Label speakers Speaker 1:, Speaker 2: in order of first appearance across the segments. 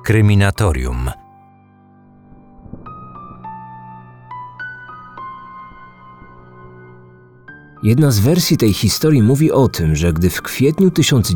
Speaker 1: Kryminatorium.
Speaker 2: Jedna z wersji tej historii mówi o tym, że gdy w kwietniu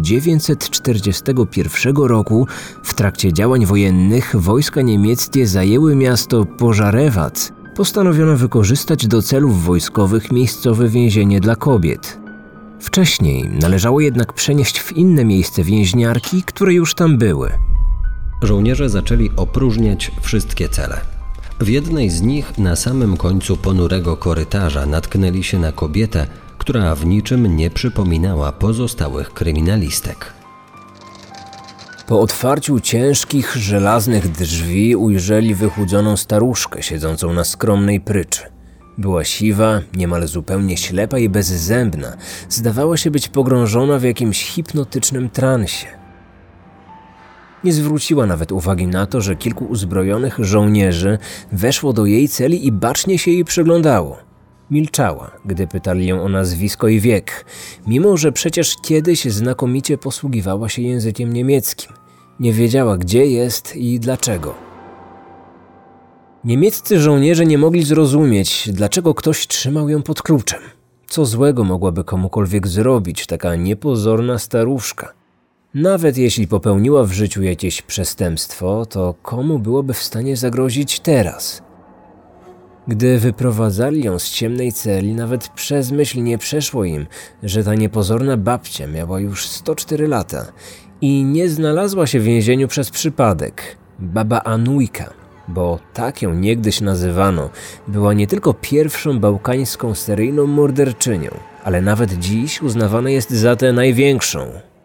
Speaker 2: 1941 roku w trakcie działań wojennych wojska niemieckie zajęły miasto Pożarewac, postanowiono wykorzystać do celów wojskowych miejscowe więzienie dla kobiet. Wcześniej należało jednak przenieść w inne miejsce więźniarki, które już tam były.
Speaker 3: Żołnierze zaczęli opróżniać wszystkie cele. W jednej z nich na samym końcu ponurego korytarza natknęli się na kobietę, która w niczym nie przypominała pozostałych kryminalistek.
Speaker 2: Po otwarciu ciężkich, żelaznych drzwi ujrzeli wychudzoną staruszkę siedzącą na skromnej pryczy. Była siwa, niemal zupełnie ślepa i bezzębna. Zdawała się być pogrążona w jakimś hipnotycznym transie. Nie zwróciła nawet uwagi na to, że kilku uzbrojonych żołnierzy weszło do jej celi i bacznie się jej przyglądało. Milczała, gdy pytali ją o nazwisko i wiek, mimo że przecież kiedyś znakomicie posługiwała się językiem niemieckim. Nie wiedziała, gdzie jest i dlaczego. Niemieccy żołnierze nie mogli zrozumieć, dlaczego ktoś trzymał ją pod kluczem. Co złego mogłaby komukolwiek zrobić taka niepozorna staruszka? Nawet jeśli popełniła w życiu jakieś przestępstwo, to komu byłoby w stanie zagrozić teraz? Gdy wyprowadzali ją z ciemnej celi, nawet przez myśl nie przeszło im, że ta niepozorna babcia miała już 104 lata i nie znalazła się w więzieniu przez przypadek. Baba Anujka, bo tak ją niegdyś nazywano, była nie tylko pierwszą bałkańską seryjną morderczynią, ale nawet dziś uznawana jest za tę największą.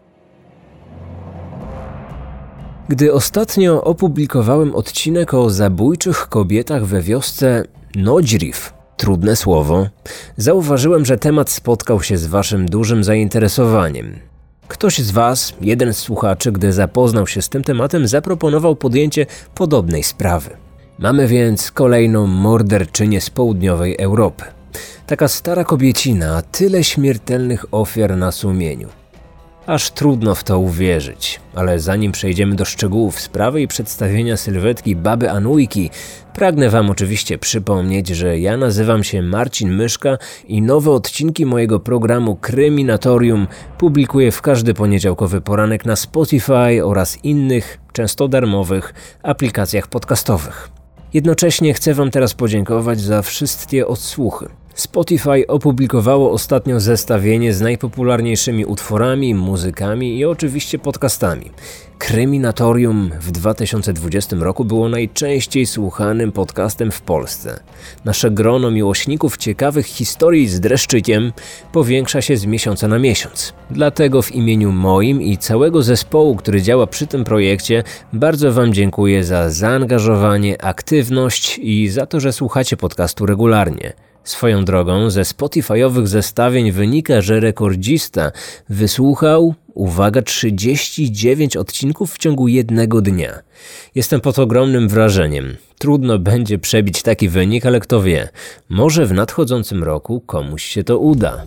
Speaker 2: Gdy ostatnio opublikowałem odcinek o zabójczych kobietach we wiosce Noźrif, trudne słowo, zauważyłem, że temat spotkał się z waszym dużym zainteresowaniem. Ktoś z was, jeden z słuchaczy, gdy zapoznał się z tym tematem, zaproponował podjęcie podobnej sprawy. Mamy więc kolejną morderczynię z południowej Europy. Taka stara kobiecina, a tyle śmiertelnych ofiar na sumieniu. Aż trudno w to uwierzyć, ale zanim przejdziemy do szczegółów sprawy i przedstawienia sylwetki baby Anujki, pragnę wam oczywiście przypomnieć, że ja nazywam się Marcin Myszka i nowe odcinki mojego programu Kryminatorium publikuję w każdy poniedziałkowy poranek na Spotify oraz innych, często darmowych, aplikacjach podcastowych. Jednocześnie chcę wam teraz podziękować za wszystkie odsłuchy. Spotify opublikowało ostatnio zestawienie z najpopularniejszymi utworami, muzykami i oczywiście podcastami. Kryminatorium w 2020 roku było najczęściej słuchanym podcastem w Polsce. Nasze grono miłośników ciekawych historii z dreszczykiem powiększa się z miesiąca na miesiąc. Dlatego w imieniu moim i całego zespołu, który działa przy tym projekcie, bardzo wam dziękuję za zaangażowanie, aktywność i za to, że słuchacie podcastu regularnie. Swoją drogą, ze Spotify'owych zestawień wynika, że rekordzista wysłuchał, uwaga, 39 odcinków w ciągu jednego dnia. Jestem pod ogromnym wrażeniem. Trudno będzie przebić taki wynik, ale kto wie, może w nadchodzącym roku komuś się to uda.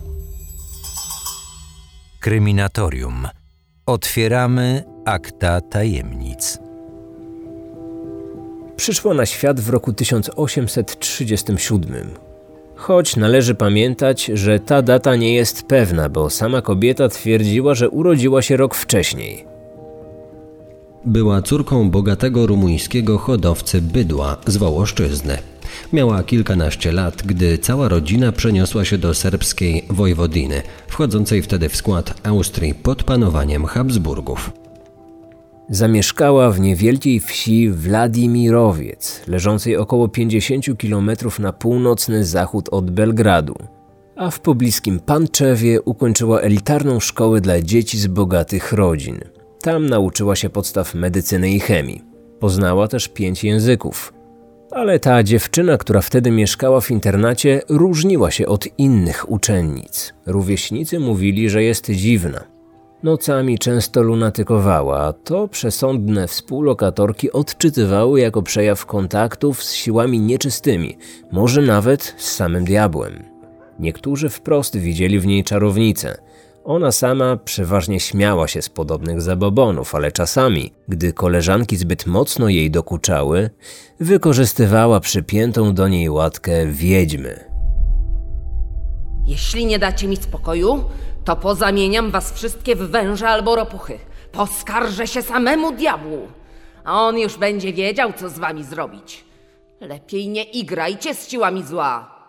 Speaker 1: Kryminatorium. Otwieramy akta tajemnic.
Speaker 2: Przyszła na świat w roku 1837. Choć należy pamiętać, że ta data nie jest pewna, bo sama kobieta twierdziła, że urodziła się rok wcześniej.
Speaker 3: Była córką bogatego rumuńskiego hodowcy bydła z Wołoszczyzny. Miała kilkanaście lat, gdy cała rodzina przeniosła się do serbskiej Wojwodiny, wchodzącej wtedy w skład Austrii pod panowaniem Habsburgów.
Speaker 2: Zamieszkała w niewielkiej wsi Władimirowiec, leżącej około 50 km na północny zachód od Belgradu, a w pobliskim Panczewie ukończyła elitarną szkołę dla dzieci z bogatych rodzin. Tam nauczyła się podstaw medycyny i chemii. Poznała też 5 języków. Ale ta dziewczyna, która wtedy mieszkała w internacie, różniła się od innych uczennic. Rówieśnicy mówili, że jest dziwna. Nocami często lunatykowała, a to przesądne współlokatorki odczytywały jako przejaw kontaktów z siłami nieczystymi, może nawet z samym diabłem. Niektórzy wprost widzieli w niej czarownicę. Ona sama przeważnie śmiała się z podobnych zabobonów, ale czasami, gdy koleżanki zbyt mocno jej dokuczały, wykorzystywała przypiętą do niej łatkę wiedźmy.
Speaker 4: Jeśli nie dacie mi spokoju, to pozamieniam was wszystkie w węże albo ropuchy. Poskarżę się samemu diabłu, a on już będzie wiedział, co z wami zrobić. Lepiej nie igrajcie z siłami zła.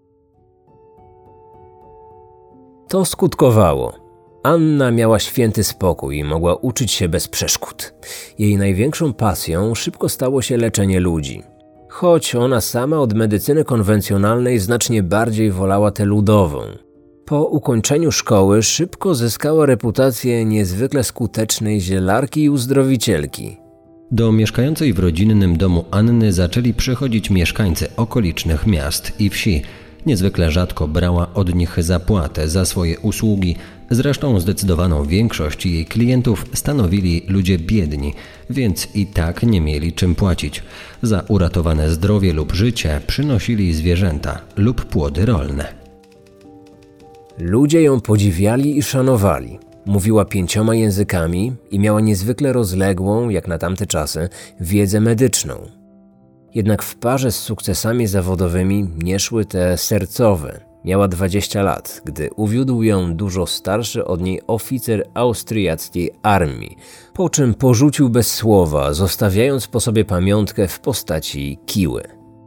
Speaker 2: To skutkowało. Anna miała święty spokój i mogła uczyć się bez przeszkód. Jej największą pasją szybko stało się leczenie ludzi. Choć ona sama od medycyny konwencjonalnej znacznie bardziej wolała tę ludową. Po ukończeniu szkoły szybko zyskała reputację niezwykle skutecznej zielarki i uzdrowicielki.
Speaker 3: Do mieszkającej w rodzinnym domu Anny zaczęli przychodzić mieszkańcy okolicznych miast i wsi. Niezwykle rzadko brała od nich zapłatę za swoje usługi. Zresztą zdecydowaną większość jej klientów stanowili ludzie biedni, więc i tak nie mieli czym płacić. Za uratowane zdrowie lub życie przynosili zwierzęta lub płody rolne.
Speaker 2: Ludzie ją podziwiali i szanowali. Mówiła 5 językami i miała niezwykle rozległą, jak na tamte czasy, wiedzę medyczną. Jednak w parze z sukcesami zawodowymi nie szły te sercowe. Miała 20 lat, gdy uwiódł ją dużo starszy od niej oficer austriackiej armii, po czym porzucił bez słowa, zostawiając po sobie pamiątkę w postaci kiły.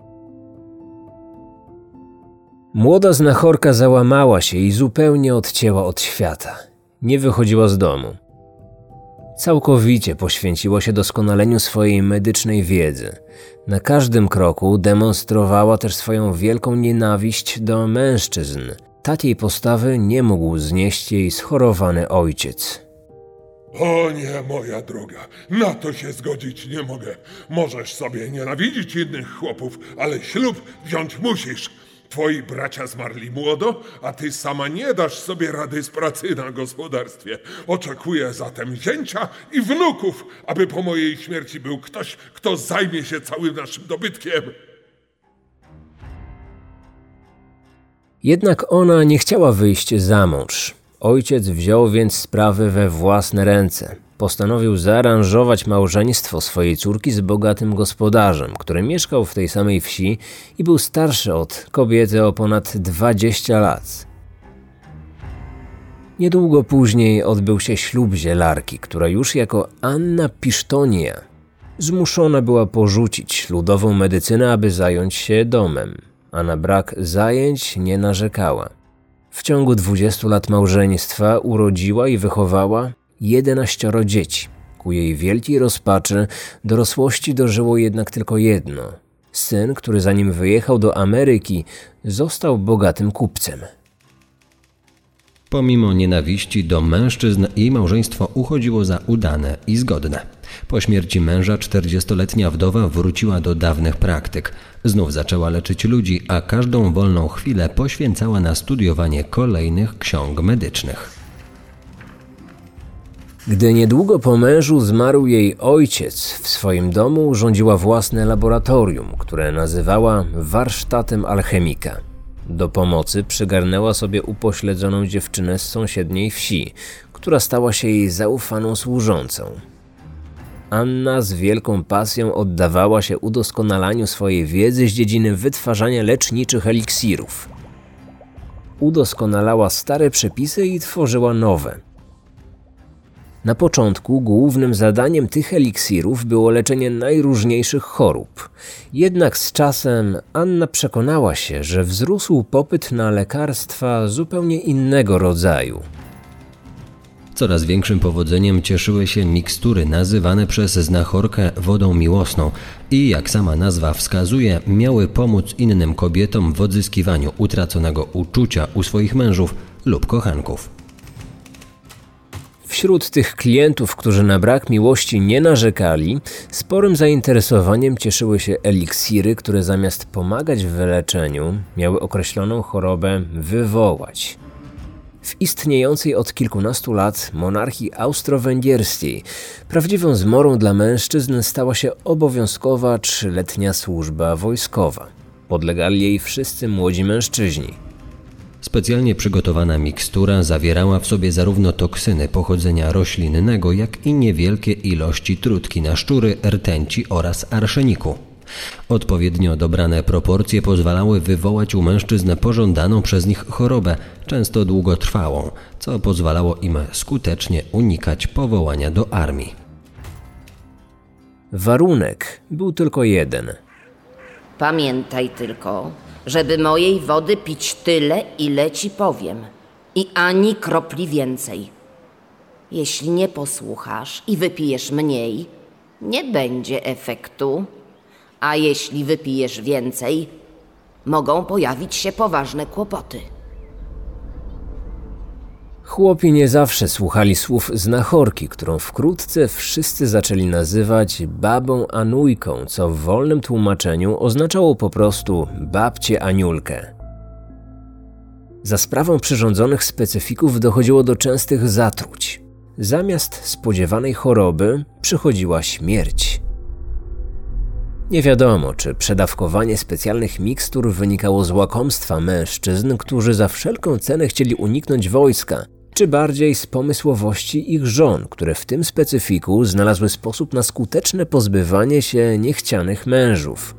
Speaker 2: Młoda znachorka załamała się i zupełnie odcięła od świata. Nie wychodziła z domu. Całkowicie poświęciła się doskonaleniu swojej medycznej wiedzy. Na każdym kroku demonstrowała też swoją wielką nienawiść do mężczyzn. Takiej postawy nie mógł znieść jej schorowany ojciec.
Speaker 5: O nie, moja droga, na to się zgodzić nie mogę. Możesz sobie nienawidzić innych chłopów, ale ślub wziąć musisz. Twoi bracia zmarli młodo, a ty sama nie dasz sobie rady z pracy na gospodarstwie. Oczekuję zatem zięcia i wnuków, aby po mojej śmierci był ktoś, kto zajmie się całym naszym dobytkiem.
Speaker 2: Jednak ona nie chciała wyjść za mąż. Ojciec wziął więc sprawy we własne ręce. Postanowił zaaranżować małżeństwo swojej córki z bogatym gospodarzem, który mieszkał w tej samej wsi i był starszy od kobiety o ponad 20 lat. Niedługo później odbył się ślub zielarki, która już jako Anna Pisztonia zmuszona była porzucić ludową medycynę, aby zająć się domem, a na brak zajęć nie narzekała. W ciągu 20 lat małżeństwa urodziła i wychowała 11 dzieci. Ku jej wielkiej rozpaczy dorosłości dożyło jednak tylko jedno. Syn, który zanim wyjechał do Ameryki, został bogatym kupcem.
Speaker 3: Pomimo nienawiści do mężczyzn, jej małżeństwo uchodziło za udane i zgodne. Po śmierci męża 40-letnia wdowa wróciła do dawnych praktyk. Znów zaczęła leczyć ludzi, a każdą wolną chwilę poświęcała na studiowanie kolejnych ksiąg medycznych.
Speaker 2: Gdy niedługo po mężu zmarł jej ojciec, w swoim domu urządziła własne laboratorium, które nazywała warsztatem alchemika. Do pomocy przygarnęła sobie upośledzoną dziewczynę z sąsiedniej wsi, która stała się jej zaufaną służącą. Anna z wielką pasją oddawała się udoskonalaniu swojej wiedzy z dziedziny wytwarzania leczniczych eliksirów. Udoskonalała stare przepisy i tworzyła nowe. Na początku głównym zadaniem tych eliksirów było leczenie najróżniejszych chorób. Jednak z czasem Anna przekonała się, że wzrósł popyt na lekarstwa zupełnie innego rodzaju.
Speaker 3: Coraz większym powodzeniem cieszyły się mikstury nazywane przez znachorkę wodą miłosną i, jak sama nazwa wskazuje, miały pomóc innym kobietom w odzyskiwaniu utraconego uczucia u swoich mężów lub kochanków.
Speaker 2: Wśród tych klientów, którzy na brak miłości nie narzekali, sporym zainteresowaniem cieszyły się eliksiry, które zamiast pomagać w wyleczeniu, miały określoną chorobę wywołać. W istniejącej od kilkunastu lat monarchii austro-węgierskiej prawdziwą zmorą dla mężczyzn stała się obowiązkowa 3-letnia służba wojskowa. Podlegali jej wszyscy młodzi mężczyźni.
Speaker 3: Specjalnie przygotowana mikstura zawierała w sobie zarówno toksyny pochodzenia roślinnego, jak i niewielkie ilości trutki na szczury, rtęci oraz arszeniku. Odpowiednio dobrane proporcje pozwalały wywołać u mężczyzn pożądaną przez nich chorobę, często długotrwałą, co pozwalało im skutecznie unikać powołania do armii.
Speaker 2: Warunek był tylko jeden.
Speaker 4: Pamiętaj tylko, żeby mojej wody pić tyle, ile ci powiem. I ani kropli więcej. Jeśli nie posłuchasz i wypijesz mniej, nie będzie efektu. A jeśli wypijesz więcej, mogą pojawić się poważne kłopoty.
Speaker 2: Chłopi nie zawsze słuchali słów znachorki, którą wkrótce wszyscy zaczęli nazywać babą Anujką, co w wolnym tłumaczeniu oznaczało po prostu babcię Aniulkę. Za sprawą przyrządzonych specyfików dochodziło do częstych zatruć. Zamiast spodziewanej choroby przychodziła śmierć. Nie wiadomo, czy przedawkowanie specjalnych mikstur wynikało z łakomstwa mężczyzn, którzy za wszelką cenę chcieli uniknąć wojska, czy bardziej z pomysłowości ich żon, które w tym specyfiku znalazły sposób na skuteczne pozbywanie się niechcianych mężów.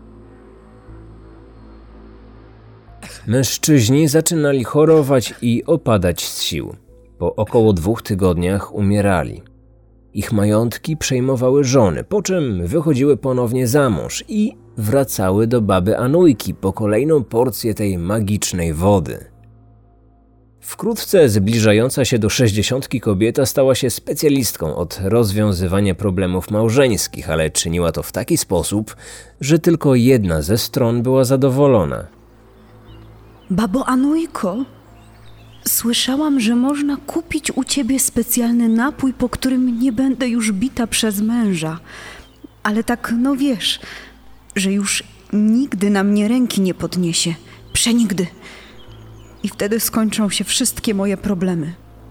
Speaker 2: Mężczyźni zaczynali chorować i opadać z sił. Po około 2 tygodniach umierali. Ich majątki przejmowały żony, po czym wychodziły ponownie za mąż i wracały do baby Anujki po kolejną porcję tej magicznej wody. Wkrótce zbliżająca się do 60 kobieta stała się specjalistką od rozwiązywania problemów małżeńskich, ale czyniła to w taki sposób, że tylko jedna ze stron była zadowolona.
Speaker 6: Babo Anujko, słyszałam, że można kupić u ciebie specjalny napój, po którym nie będę już bita przez męża. Ale tak, no wiesz, że już nigdy na mnie ręki nie podniesie. Przenigdy. I wtedy skończą się wszystkie moje problemy.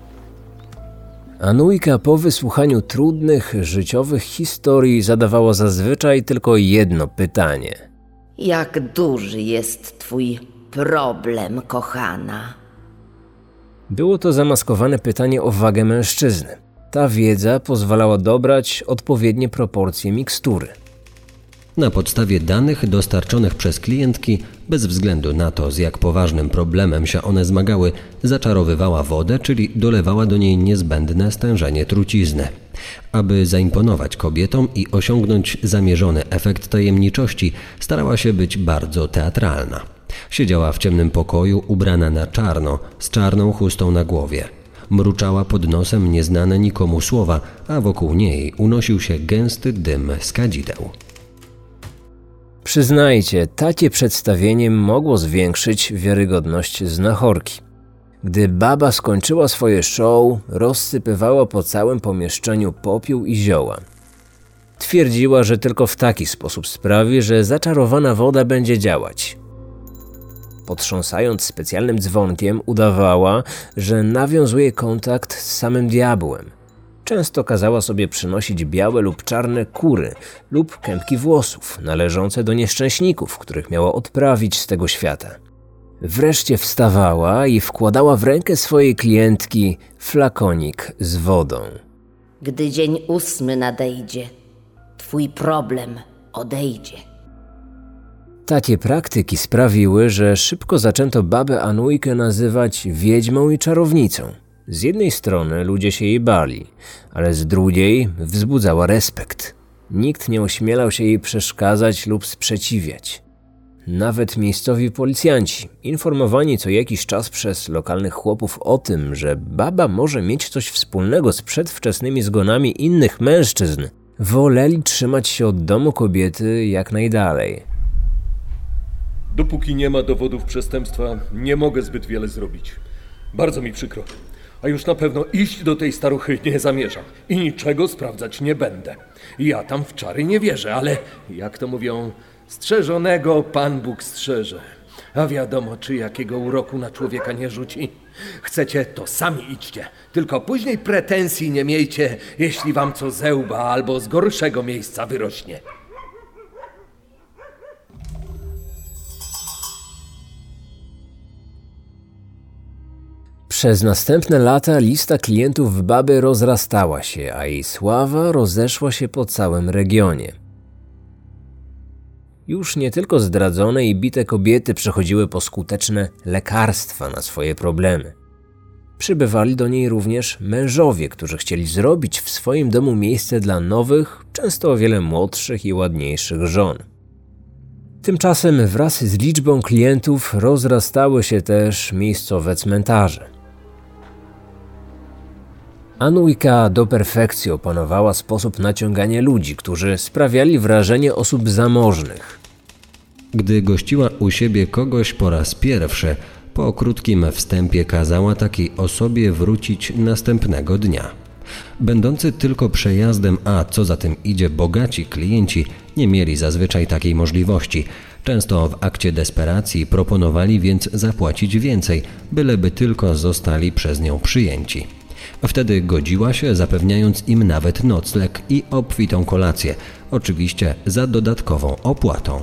Speaker 2: Anujka po wysłuchaniu trudnych, życiowych historii zadawała zazwyczaj tylko jedno pytanie.
Speaker 4: Jak duży jest twój problem, kochana?
Speaker 2: Było to zamaskowane pytanie o wagę mężczyzny. Ta wiedza pozwalała dobrać odpowiednie proporcje mikstury.
Speaker 3: Na podstawie danych dostarczonych przez klientki, bez względu na to, z jak poważnym problemem się one zmagały, zaczarowywała wodę, czyli dolewała do niej niezbędne stężenie trucizny. Aby zaimponować kobietom i osiągnąć zamierzony efekt tajemniczości, starała się być bardzo teatralna. Siedziała w ciemnym pokoju, ubrana na czarno, z czarną chustą na głowie. Mruczała pod nosem nieznane nikomu słowa, a wokół niej unosił się gęsty dym z kadzideł.
Speaker 2: Przyznajcie, takie przedstawienie mogło zwiększyć wiarygodność znachorki. Gdy baba skończyła swoje show, rozsypywała po całym pomieszczeniu popiół i zioła. Twierdziła, że tylko w taki sposób sprawi, że zaczarowana woda będzie działać. Potrząsając specjalnym dzwonkiem, udawała, że nawiązuje kontakt z samym diabłem. Często kazała sobie przynosić białe lub czarne kury lub kępki włosów należące do nieszczęśników, których miała odprawić z tego świata. Wreszcie wstawała i wkładała w rękę swojej klientki flakonik z wodą.
Speaker 4: Gdy dzień 8 nadejdzie, twój problem odejdzie.
Speaker 2: Takie praktyki sprawiły, że szybko zaczęto babę Anujkę nazywać wiedźmą i czarownicą. Z jednej strony ludzie się jej bali, ale z drugiej wzbudzała respekt. Nikt nie ośmielał się jej przeszkadzać lub sprzeciwiać. Nawet miejscowi policjanci, informowani co jakiś czas przez lokalnych chłopów o tym, że baba może mieć coś wspólnego z przedwczesnymi zgonami innych mężczyzn, woleli trzymać się od domu kobiety jak najdalej.
Speaker 7: Dopóki nie ma dowodów przestępstwa, nie mogę zbyt wiele zrobić. Bardzo mi przykro. A już na pewno iść do tej staruchy nie zamierzam i niczego sprawdzać nie będę. Ja tam w czary nie wierzę, ale jak to mówią, strzeżonego Pan Bóg strzeże. A wiadomo, czy jakiego uroku na człowieka nie rzuci. Chcecie, to sami idźcie. Tylko później pretensji nie miejcie, jeśli wam co ze łba albo z gorszego miejsca wyrośnie.
Speaker 2: Przez następne lata lista klientów baby rozrastała się, a jej sława rozeszła się po całym regionie. Już nie tylko zdradzone i bite kobiety przechodziły po skuteczne lekarstwa na swoje problemy. Przybywali do niej również mężowie, którzy chcieli zrobić w swoim domu miejsce dla nowych, często o wiele młodszych i ładniejszych żon. Tymczasem wraz z liczbą klientów rozrastały się też miejscowe cmentarze. Anujka do perfekcji opanowała sposób naciągania ludzi, którzy sprawiali wrażenie osób zamożnych.
Speaker 3: Gdy gościła u siebie kogoś po raz pierwszy, po krótkim wstępie kazała takiej osobie wrócić następnego dnia. Będący tylko przejazdem, a co za tym idzie bogaci klienci, nie mieli zazwyczaj takiej możliwości. Często w akcie desperacji proponowali więc zapłacić więcej, byleby tylko zostali przez nią przyjęci. Wtedy godziła się, zapewniając im nawet nocleg i obfitą kolację, oczywiście za dodatkową opłatą.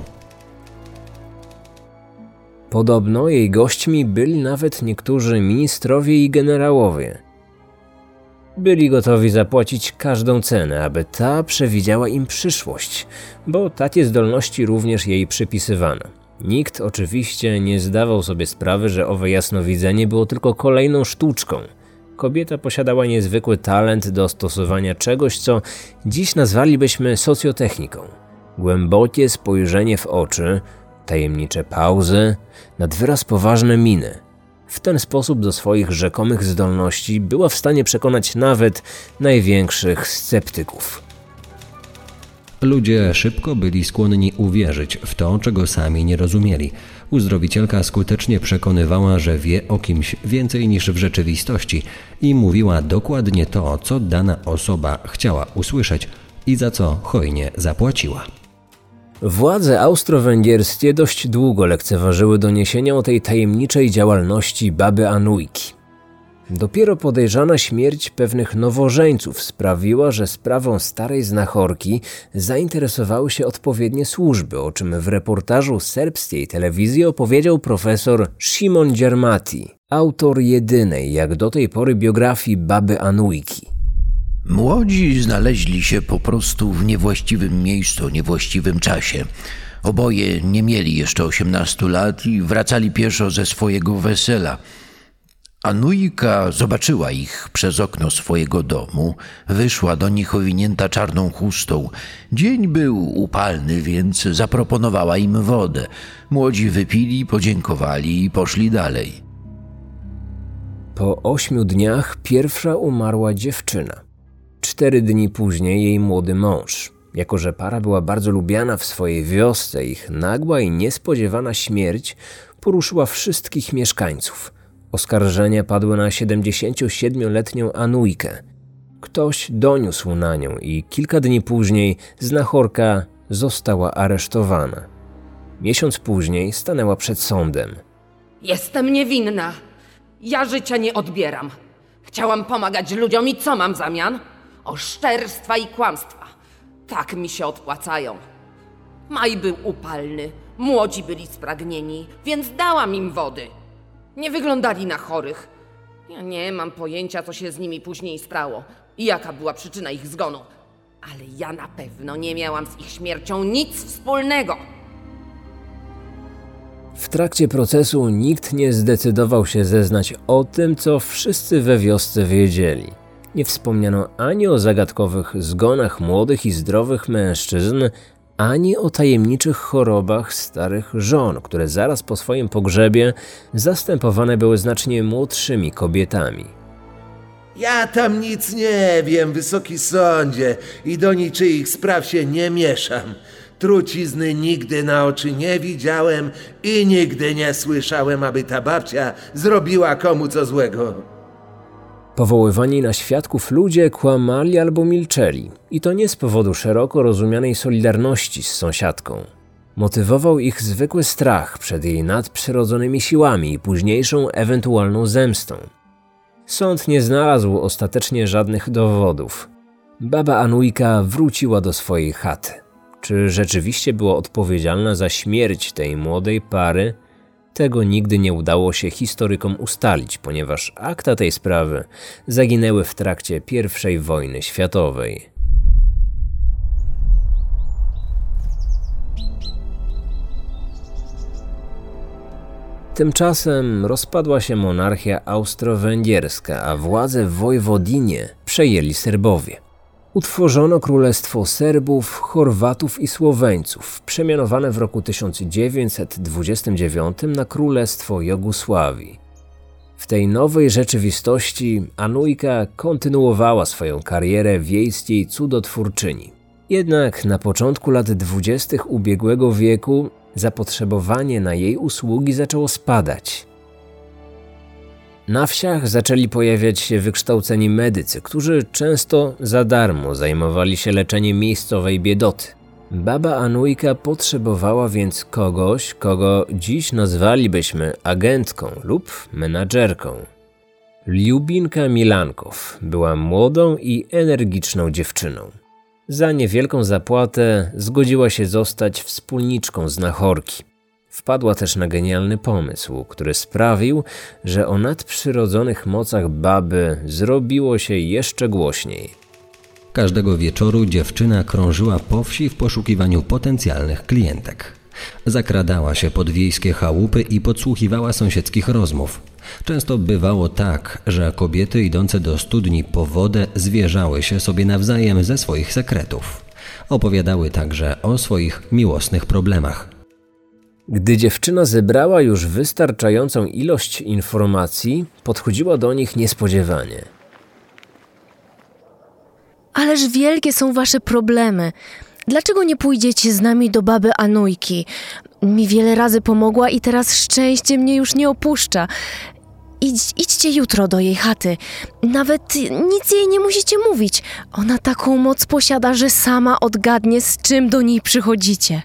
Speaker 2: Podobno jej gośćmi byli nawet niektórzy ministrowie i generałowie. Byli gotowi zapłacić każdą cenę, aby ta przewidziała im przyszłość, bo takie zdolności również jej przypisywano. Nikt oczywiście nie zdawał sobie sprawy, że owe jasnowidzenie było tylko kolejną sztuczką. Kobieta posiadała niezwykły talent do stosowania czegoś, co dziś nazwalibyśmy socjotechniką. Głębokie spojrzenie w oczy, tajemnicze pauzy, nad wyraz poważne miny. W ten sposób do swoich rzekomych zdolności była w stanie przekonać nawet największych sceptyków.
Speaker 3: Ludzie szybko byli skłonni uwierzyć w to, czego sami nie rozumieli. Uzdrowicielka skutecznie przekonywała, że wie o kimś więcej niż w rzeczywistości i mówiła dokładnie to, co dana osoba chciała usłyszeć i za co hojnie zapłaciła.
Speaker 2: Władze austro-węgierskie dość długo lekceważyły doniesienia o tej tajemniczej działalności baby Anujki. Dopiero podejrzana śmierć pewnych nowożeńców sprawiła, że sprawą starej znachorki zainteresowały się odpowiednie służby, o czym w reportażu serbskiej telewizji opowiedział profesor Szymon Dziermati, autor jedynej jak do tej pory biografii baby Anujki.
Speaker 8: Młodzi znaleźli się po prostu w niewłaściwym miejscu, niewłaściwym czasie. Oboje nie mieli jeszcze 18 lat i wracali pieszo ze swojego wesela. Anujka zobaczyła ich przez okno swojego domu, wyszła do nich owinięta czarną chustą. Dzień był upalny, więc zaproponowała im wodę. Młodzi wypili, podziękowali i poszli dalej.
Speaker 2: Po 8 dniach pierwsza umarła dziewczyna. 4 dni później jej młody mąż. Jako że para była bardzo lubiana w swojej wiosce, ich nagła i niespodziewana śmierć poruszyła wszystkich mieszkańców. Oskarżenia padły na 77-letnią Anujkę. Ktoś doniósł na nią i kilka dni później znachorka została aresztowana. Miesiąc później stanęła przed sądem.
Speaker 4: Jestem niewinna. Ja życia nie odbieram. Chciałam pomagać ludziom i co mam w zamian? Oszczerstwa i kłamstwa. Tak mi się odpłacają. Maj był upalny, młodzi byli spragnieni, więc dałam im wody. Nie wyglądali na chorych. Ja nie mam pojęcia, co się z nimi później stało i jaka była przyczyna ich zgonu. Ale ja na pewno nie miałam z ich śmiercią nic wspólnego.
Speaker 2: W trakcie procesu nikt nie zdecydował się zeznać o tym, co wszyscy we wiosce wiedzieli. Nie wspomniano ani o zagadkowych zgonach młodych i zdrowych mężczyzn, ani o tajemniczych chorobach starych żon, które zaraz po swoim pogrzebie zastępowane były znacznie młodszymi kobietami.
Speaker 9: Ja tam nic nie wiem, wysoki sądzie, i do niczyich spraw się nie mieszam. Trucizny nigdy na oczy nie widziałem i nigdy nie słyszałem, aby ta babcia zrobiła komu co złego.
Speaker 2: Powoływani na świadków ludzie kłamali albo milczeli. I to nie z powodu szeroko rozumianej solidarności z sąsiadką. Motywował ich zwykły strach przed jej nadprzyrodzonymi siłami i późniejszą ewentualną zemstą. Sąd nie znalazł ostatecznie żadnych dowodów. Baba Anujka wróciła do swojej chaty. Czy rzeczywiście była odpowiedzialna za śmierć tej młodej pary? Tego nigdy nie udało się historykom ustalić, ponieważ akta tej sprawy zaginęły w trakcie I wojny światowej. Tymczasem rozpadła się monarchia austro-węgierska, a władzę w Wojwodinie przejęli Serbowie. Utworzono Królestwo Serbów, Chorwatów i Słoweńców, przemianowane w roku 1929 na Królestwo Jugosławii. W tej nowej rzeczywistości Anujka kontynuowała swoją karierę wiejskiej cudotwórczyni. Jednak na początku lat 20. ubiegłego wieku zapotrzebowanie na jej usługi zaczęło spadać. Na wsiach zaczęli pojawiać się wykształceni medycy, którzy często za darmo zajmowali się leczeniem miejscowej biedoty. Baba Anujka potrzebowała więc kogoś, kogo dziś nazwalibyśmy agentką lub menadżerką. Liubinka Milankow była młodą i energiczną dziewczyną. Za niewielką zapłatę zgodziła się zostać wspólniczką znachorki. Wpadła też na genialny pomysł, który sprawił, że o nadprzyrodzonych mocach baby zrobiło się jeszcze głośniej.
Speaker 3: Każdego wieczoru dziewczyna krążyła po wsi w poszukiwaniu potencjalnych klientek. Zakradała się pod wiejskie chałupy i podsłuchiwała sąsiedzkich rozmów. Często bywało tak, że kobiety idące do studni po wodę zwierzały się sobie nawzajem ze swoich sekretów. Opowiadały także o swoich miłosnych problemach.
Speaker 2: Gdy dziewczyna zebrała już wystarczającą ilość informacji, podchodziła do nich niespodziewanie.
Speaker 10: Ależ wielkie są wasze problemy. Dlaczego nie pójdziecie z nami do baby Anujki? Mi wiele razy pomogła i teraz szczęście mnie już nie opuszcza. Idźcie jutro do jej chaty. Nawet nic jej nie musicie mówić. Ona taką moc posiada, że sama odgadnie, z czym do niej przychodzicie.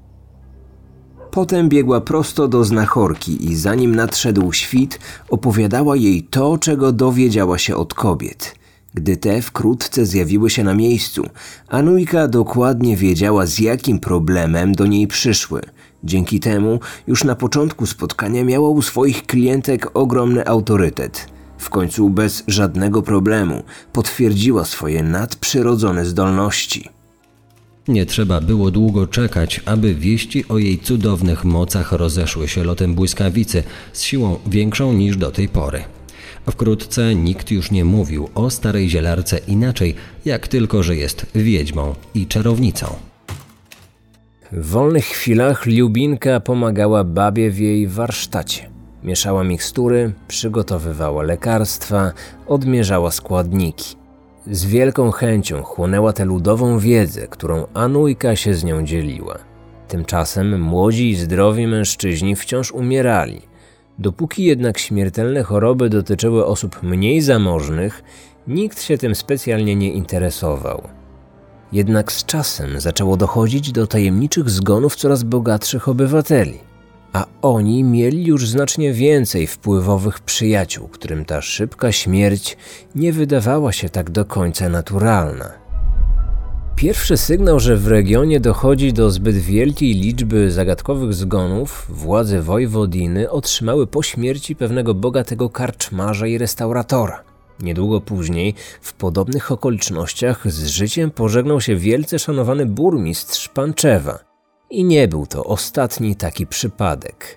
Speaker 2: Potem biegła prosto do znachorki i zanim nadszedł świt, opowiadała jej to, czego dowiedziała się od kobiet. Gdy te wkrótce zjawiły się na miejscu, Anujka dokładnie wiedziała, z jakim problemem do niej przyszły. Dzięki temu już na początku spotkania miała u swoich klientek ogromny autorytet. W końcu bez żadnego problemu potwierdziła swoje nadprzyrodzone zdolności.
Speaker 3: Nie trzeba było długo czekać, aby wieści o jej cudownych mocach rozeszły się lotem błyskawicy z siłą większą niż do tej pory. Wkrótce nikt już nie mówił o starej zielarce inaczej, jak tylko, że jest wiedźmą i czarownicą.
Speaker 2: W wolnych chwilach Liubinka pomagała babie w jej warsztacie. Mieszała mikstury, przygotowywała lekarstwa, odmierzała składniki. Z wielką chęcią chłonęła tę ludową wiedzę, którą Anujka się z nią dzieliła. Tymczasem młodzi i zdrowi mężczyźni wciąż umierali. Dopóki jednak śmiertelne choroby dotyczyły osób mniej zamożnych, nikt się tym specjalnie nie interesował. Jednak z czasem zaczęło dochodzić do tajemniczych zgonów coraz bogatszych obywateli, a oni mieli już znacznie więcej wpływowych przyjaciół, którym ta szybka śmierć nie wydawała się tak do końca naturalna. Pierwszy sygnał, że w regionie dochodzi do zbyt wielkiej liczby zagadkowych zgonów, władze Wojwodiny otrzymały po śmierci pewnego bogatego karczmarza i restauratora. Niedługo później, w podobnych okolicznościach, z życiem pożegnał się wielce szanowany burmistrz Panczewa. I nie był to ostatni taki przypadek.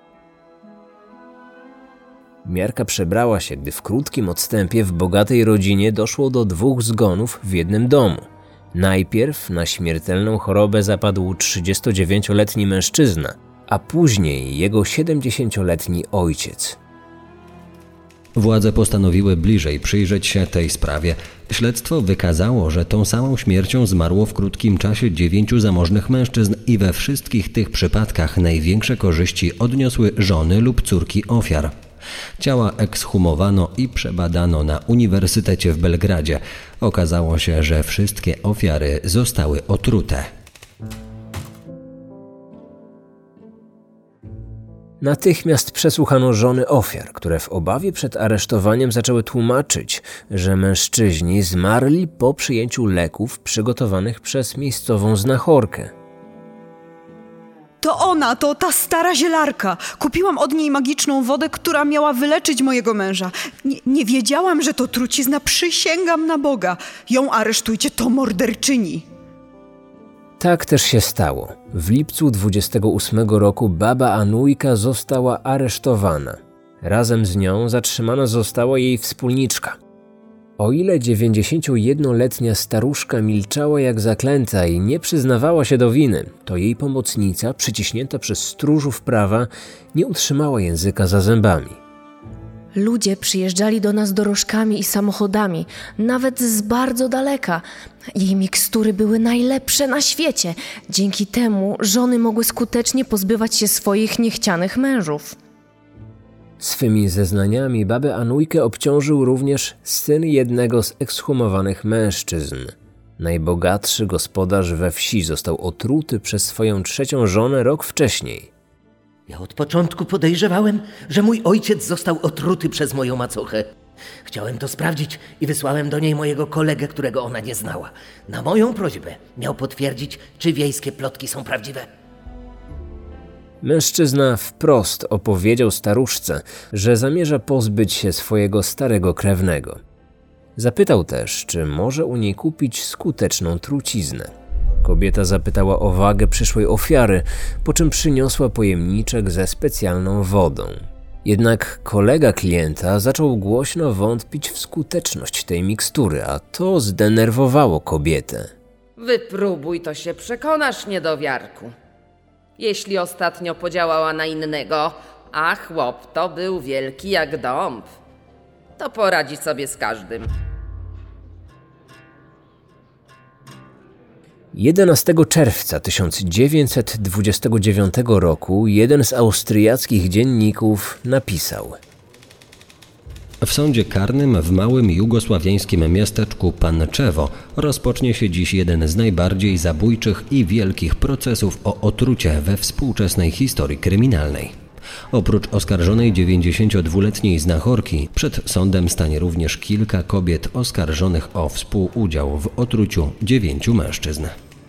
Speaker 2: Miarka przebrała się, gdy w krótkim odstępie w bogatej rodzinie doszło do 2 zgonów w jednym domu. Najpierw na śmiertelną chorobę zapadł 39-letni mężczyzna, a później jego 70-letni ojciec.
Speaker 3: Władze postanowiły bliżej przyjrzeć się tej sprawie. Śledztwo wykazało, że tą samą śmiercią zmarło w krótkim czasie 9 zamożnych mężczyzn i we wszystkich tych przypadkach największe korzyści odniosły żony lub córki ofiar. Ciała ekshumowano i przebadano na Uniwersytecie w Belgradzie. Okazało się, że wszystkie ofiary zostały otrute.
Speaker 2: Natychmiast przesłuchano żony ofiar, które w obawie przed aresztowaniem zaczęły tłumaczyć, że mężczyźni zmarli po przyjęciu leków przygotowanych przez miejscową znachorkę.
Speaker 6: To ona, to ta stara zielarka. Kupiłam od niej magiczną wodę, która miała wyleczyć mojego męża. Nie wiedziałam, że to trucizna, przysięgam na Boga. Ją aresztujcie, to morderczyni.
Speaker 2: Tak też się stało. W lipcu 28 roku baba Anujka została aresztowana. Razem z nią zatrzymana została jej wspólniczka. O ile 91-letnia staruszka milczała jak zaklęta i nie przyznawała się do winy, to jej pomocnica, przyciśnięta przez stróżów prawa, nie utrzymała języka za zębami.
Speaker 10: Ludzie przyjeżdżali do nas dorożkami i samochodami, nawet z bardzo daleka. Jej mikstury były najlepsze na świecie. Dzięki temu żony mogły skutecznie pozbywać się swoich niechcianych mężów.
Speaker 2: Swymi zeznaniami babę Anujkę obciążył również syn jednego z ekshumowanych mężczyzn. Najbogatszy gospodarz we wsi został otruty przez swoją trzecią żonę rok wcześniej.
Speaker 11: Ja od początku podejrzewałem, że mój ojciec został otruty przez moją macochę. Chciałem to sprawdzić i wysłałem do niej mojego kolegę, którego ona nie znała. Na moją prośbę miał potwierdzić, czy wiejskie plotki są prawdziwe.
Speaker 2: Mężczyzna wprost opowiedział staruszce, że zamierza pozbyć się swojego starego krewnego. Zapytał też, czy może u niej kupić skuteczną truciznę. Kobieta zapytała o wagę przyszłej ofiary, po czym przyniosła pojemniczek ze specjalną wodą. Jednak kolega klienta zaczął głośno wątpić w skuteczność tej mikstury, a to zdenerwowało kobietę.
Speaker 4: Wypróbuj, to się przekonasz, niedowiarku. Jeśli ostatnio podziałała na innego, a chłop to był wielki jak dąb, to poradzi sobie z każdym.
Speaker 2: 11 czerwca 1929 roku jeden z austriackich dzienników napisał:
Speaker 3: W sądzie karnym w małym jugosławiańskim miasteczku Panczewo rozpocznie się dziś jeden z najbardziej zabójczych i wielkich procesów o otrucie we współczesnej historii kryminalnej. Oprócz oskarżonej 92-letniej znachorki, przed sądem stanie również kilka kobiet oskarżonych o współudział w otruciu 9 mężczyzn.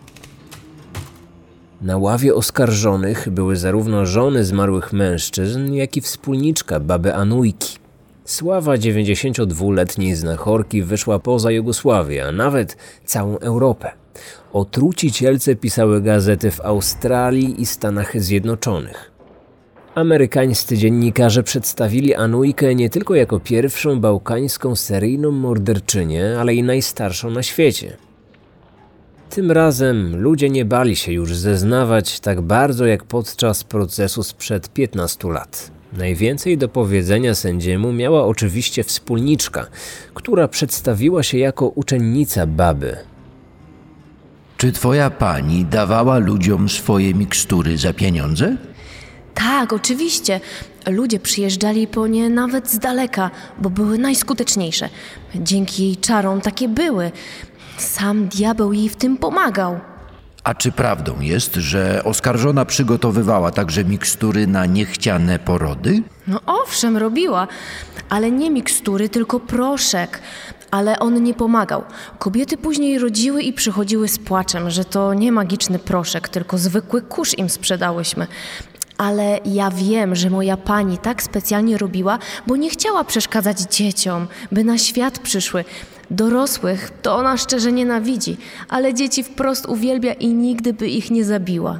Speaker 2: Na ławie oskarżonych były zarówno żony zmarłych mężczyzn, jak i wspólniczka baby Anujki. Sława 92-letniej znachorki wyszła poza Jugosławię, a nawet całą Europę. O trucicielce pisały gazety w Australii i Stanach Zjednoczonych. Amerykańscy dziennikarze przedstawili Anujkę nie tylko jako pierwszą bałkańską seryjną morderczynię, ale i najstarszą na świecie. Tym razem ludzie nie bali się już zeznawać tak bardzo jak podczas procesu sprzed 15 lat. Najwięcej do powiedzenia sędziemu miała oczywiście wspólniczka, która przedstawiła się jako uczennica baby.
Speaker 8: Czy twoja pani dawała ludziom swoje mikstury za pieniądze?
Speaker 10: Tak, oczywiście. Ludzie przyjeżdżali po nie nawet z daleka, bo były najskuteczniejsze. Dzięki jej czarom takie były. Sam diabeł jej w tym pomagał.
Speaker 8: A czy prawdą jest, że oskarżona przygotowywała także mikstury na niechciane porody?
Speaker 10: No owszem, robiła, ale nie mikstury, tylko proszek. Ale on nie pomagał. Kobiety później rodziły i przychodziły z płaczem, że to nie magiczny proszek, tylko zwykły kurz im sprzedałyśmy. Ale ja wiem, że moja pani tak specjalnie robiła, bo nie chciała przeszkadzać dzieciom, by na świat przyszły. Dorosłych to ona szczerze nienawidzi, ale dzieci wprost uwielbia i nigdy by ich nie zabiła.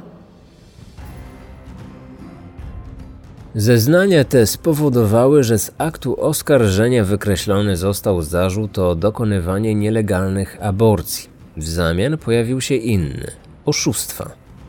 Speaker 2: Zeznania te spowodowały, że z aktu oskarżenia wykreślony został zarzut o dokonywanie nielegalnych aborcji. W zamian pojawił się inny – oszustwa.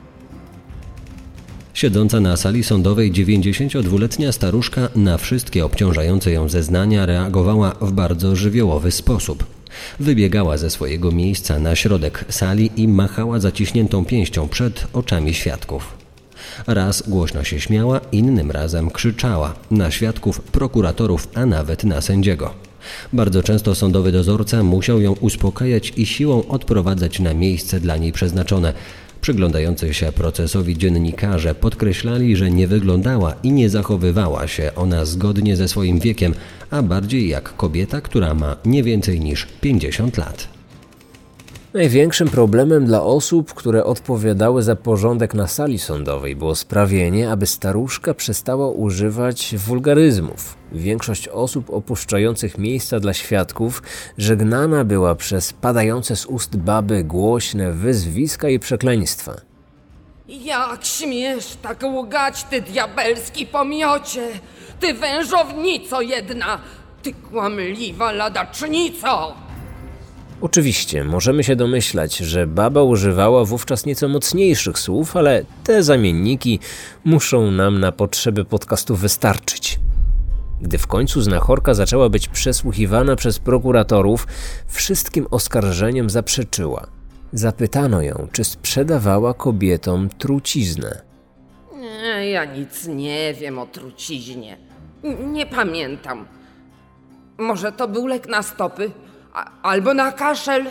Speaker 3: Siedząca na sali sądowej 92-letnia staruszka na wszystkie obciążające ją zeznania reagowała w bardzo żywiołowy sposób. Wybiegała ze swojego miejsca na środek sali i machała zaciśniętą pięścią przed oczami świadków. Raz głośno się śmiała, innym razem krzyczała na świadków, prokuratorów, a nawet na sędziego. Bardzo często sądowy dozorca musiał ją uspokajać i siłą odprowadzać na miejsce dla niej przeznaczone. Przyglądający się procesowi dziennikarze podkreślali, że nie wyglądała i nie zachowywała się ona zgodnie ze swoim wiekiem, a bardziej jak kobieta, która ma nie więcej niż 50 lat.
Speaker 2: Największym problemem dla osób, które odpowiadały za porządek na sali sądowej, było sprawienie, aby staruszka przestała używać wulgaryzmów. Większość osób opuszczających miejsca dla świadków żegnana była przez padające z ust baby głośne wyzwiska i przekleństwa.
Speaker 4: Jak śmiesz tak łgać, ty diabelski pomiocie! Ty wężownico jedna! Ty kłamliwa ladacznico!
Speaker 2: Oczywiście, możemy się domyślać, że baba używała wówczas nieco mocniejszych słów, ale te zamienniki muszą nam na potrzeby podcastu wystarczyć. Gdy w końcu znachorka zaczęła być przesłuchiwana przez prokuratorów, wszystkim oskarżeniom zaprzeczyła. Zapytano ją, czy sprzedawała kobietom truciznę.
Speaker 4: Ja nic nie wiem o truciźnie. Nie pamiętam. Może to był lek na stopy? Albo na kaszel?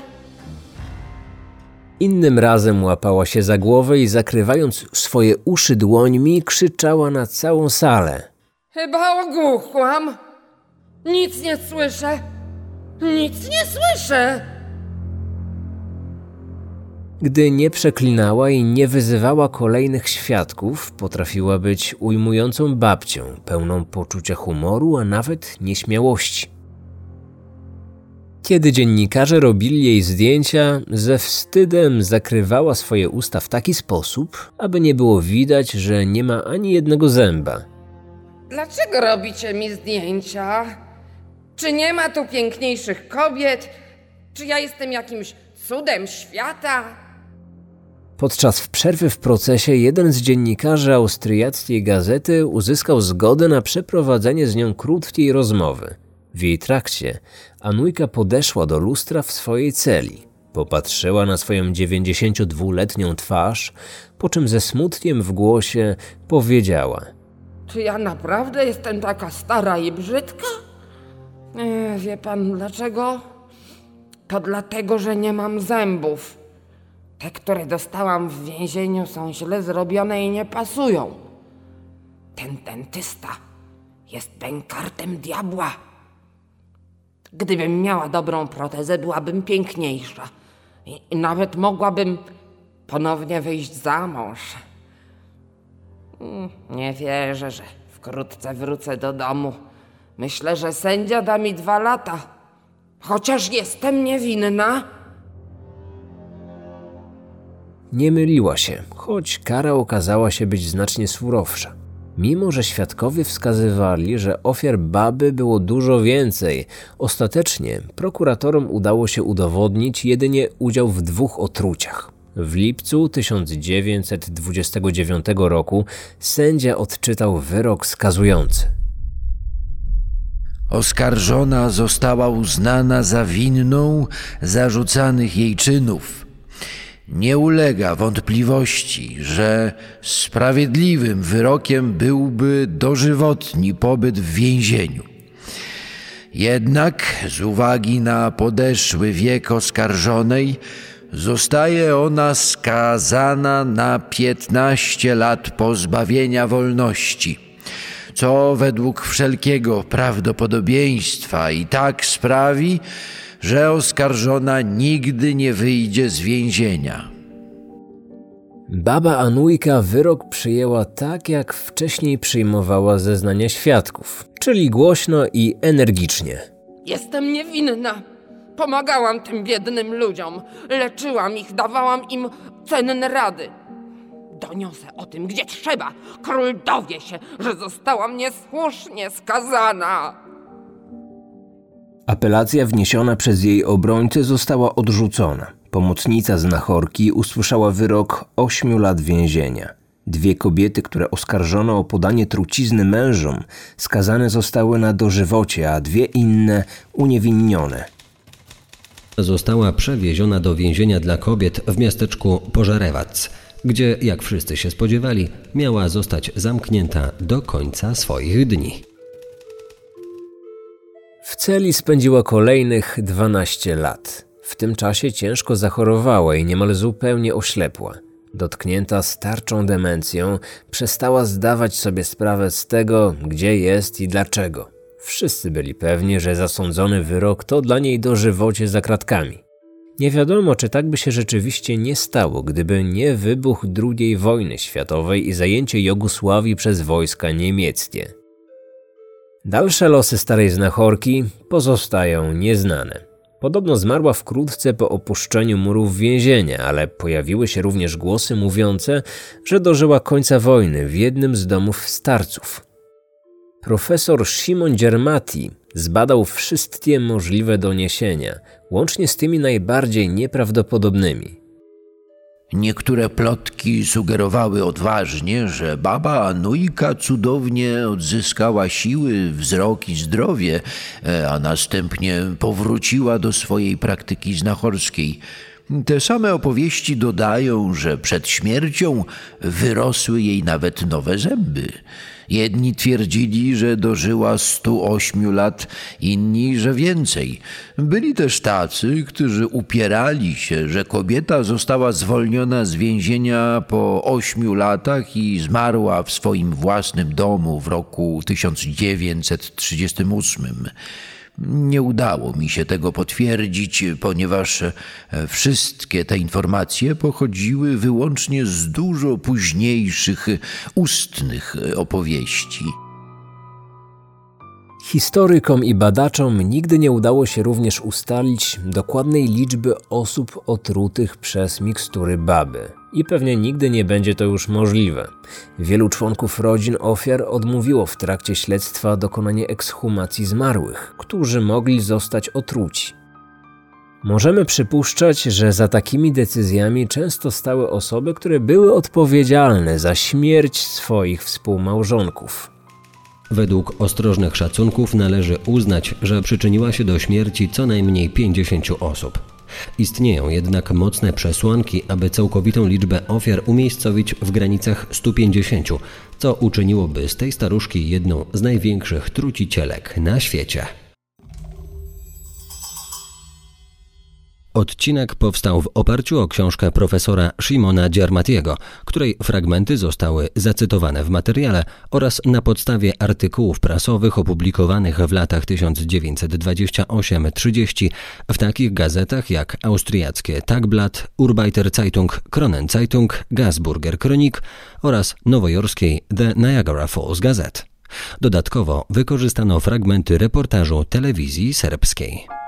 Speaker 2: Innym razem łapała się za głowę i zakrywając swoje uszy dłońmi krzyczała na całą salę.
Speaker 4: Chyba ogłuchłam. Nic nie słyszę. Nic nie słyszę.
Speaker 2: Gdy nie przeklinała i nie wyzywała kolejnych świadków, potrafiła być ujmującą babcią, pełną poczucia humoru, a nawet nieśmiałości. Kiedy dziennikarze robili jej zdjęcia, ze wstydem zakrywała swoje usta w taki sposób, aby nie było widać, że nie ma ani jednego zęba.
Speaker 4: Dlaczego robicie mi zdjęcia? Czy nie ma tu piękniejszych kobiet? Czy ja jestem jakimś cudem świata?
Speaker 2: Podczas przerwy w procesie jeden z dziennikarzy austriackiej gazety uzyskał zgodę na przeprowadzenie z nią krótkiej rozmowy. W jej trakcie Anujka podeszła do lustra w swojej celi. Popatrzyła na swoją 92-letnią twarz, po czym ze smutkiem w głosie powiedziała:
Speaker 4: Czy ja naprawdę jestem taka stara i brzydka? Wie pan dlaczego? To dlatego, że nie mam zębów. Te, które dostałam w więzieniu, są źle zrobione i nie pasują. Ten dentysta jest bękartem diabła. Gdybym miała dobrą protezę, byłabym piękniejsza. I nawet mogłabym ponownie wyjść za mąż. Nie wierzę, że wkrótce wrócę do domu. Myślę, że sędzia da mi 2 lata. Chociaż jestem niewinna.
Speaker 2: Nie myliła się, choć kara okazała się być znacznie surowsza. Mimo że świadkowie wskazywali, że ofiar baby było dużo więcej, ostatecznie prokuratorom udało się udowodnić jedynie udział w 2 otruciach. W lipcu 1929 roku sędzia odczytał wyrok skazujący.
Speaker 8: Oskarżona została uznana za winną zarzucanych jej czynów. Nie ulega wątpliwości, że sprawiedliwym wyrokiem byłby dożywotni pobyt w więzieniu. Jednak z uwagi na podeszły wiek oskarżonej zostaje ona skazana na 15 lat pozbawienia wolności, co według wszelkiego prawdopodobieństwa i tak sprawi, że oskarżona nigdy nie wyjdzie z więzienia.
Speaker 2: Baba Anujka wyrok przyjęła tak, jak wcześniej przyjmowała zeznania świadków, czyli głośno i energicznie.
Speaker 4: Jestem niewinna. Pomagałam tym biednym ludziom. Leczyłam ich, dawałam im cenne rady. Doniosę o tym, gdzie trzeba. Król dowie się, że zostałam niesłusznie skazana.
Speaker 2: Apelacja wniesiona przez jej obrońcę została odrzucona. Pomocnica znachorki usłyszała wyrok 8 lat więzienia. 2 kobiety, które oskarżono o podanie trucizny mężom, skazane zostały na dożywocie, a 2 inne uniewinnione.
Speaker 3: Została przewieziona do więzienia dla kobiet w miasteczku Pożarewac, gdzie, jak wszyscy się spodziewali, miała zostać zamknięta do końca swoich dni.
Speaker 2: W celi spędziła kolejnych 12 lat. W tym czasie ciężko zachorowała i niemal zupełnie oślepła. Dotknięta starczą demencją, przestała zdawać sobie sprawę z tego, gdzie jest i dlaczego. Wszyscy byli pewni, że zasądzony wyrok to dla niej dożywocie za kratkami. Nie wiadomo, czy tak by się rzeczywiście nie stało, gdyby nie wybuch II wojny światowej i zajęcie Jugosławii przez wojska niemieckie. Dalsze losy starej znachorki pozostają nieznane. Podobno zmarła wkrótce po opuszczeniu murów więzienia, ale pojawiły się również głosy mówiące, że dożyła końca wojny w jednym z domów starców. Profesor Szymon Dziermati zbadał wszystkie możliwe doniesienia, łącznie z tymi najbardziej nieprawdopodobnymi.
Speaker 8: Niektóre plotki sugerowały odważnie, że baba Anujka cudownie odzyskała siły, wzrok i zdrowie, a następnie powróciła do swojej praktyki znachorskiej. Te same opowieści dodają, że przed śmiercią wyrosły jej nawet nowe zęby. Jedni twierdzili, że dożyła 108 lat, inni, że więcej. Byli też tacy, którzy upierali się, że kobieta została zwolniona z więzienia po 8 latach i zmarła w swoim własnym domu w roku 1938. Nie udało mi się tego potwierdzić, ponieważ wszystkie te informacje pochodziły wyłącznie z dużo późniejszych, ustnych opowieści.
Speaker 2: Historykom i badaczom nigdy nie udało się również ustalić dokładnej liczby osób otrutych przez mikstury baby. I pewnie nigdy nie będzie to już możliwe. Wielu członków rodzin ofiar odmówiło w trakcie śledztwa dokonanie ekshumacji zmarłych, którzy mogli zostać otruci. Możemy przypuszczać, że za takimi decyzjami często stały osoby, które były odpowiedzialne za śmierć swoich współmałżonków.
Speaker 3: Według ostrożnych szacunków należy uznać, że przyczyniła się do śmierci co najmniej 50 osób. Istnieją jednak mocne przesłanki, aby całkowitą liczbę ofiar umiejscowić w granicach 150, co uczyniłoby z tej staruszki jedną z największych trucicielek na świecie. Odcinek powstał w oparciu o książkę profesora Szymona Dziermatiego, której fragmenty zostały zacytowane w materiale oraz na podstawie artykułów prasowych opublikowanych w latach 1928-30 w takich gazetach jak austriackie Tagblatt, Urbeiter Zeitung, Kronen Zeitung, Gasburger Chronik oraz nowojorskiej The Niagara Falls Gazette. Dodatkowo wykorzystano fragmenty reportażu telewizji serbskiej.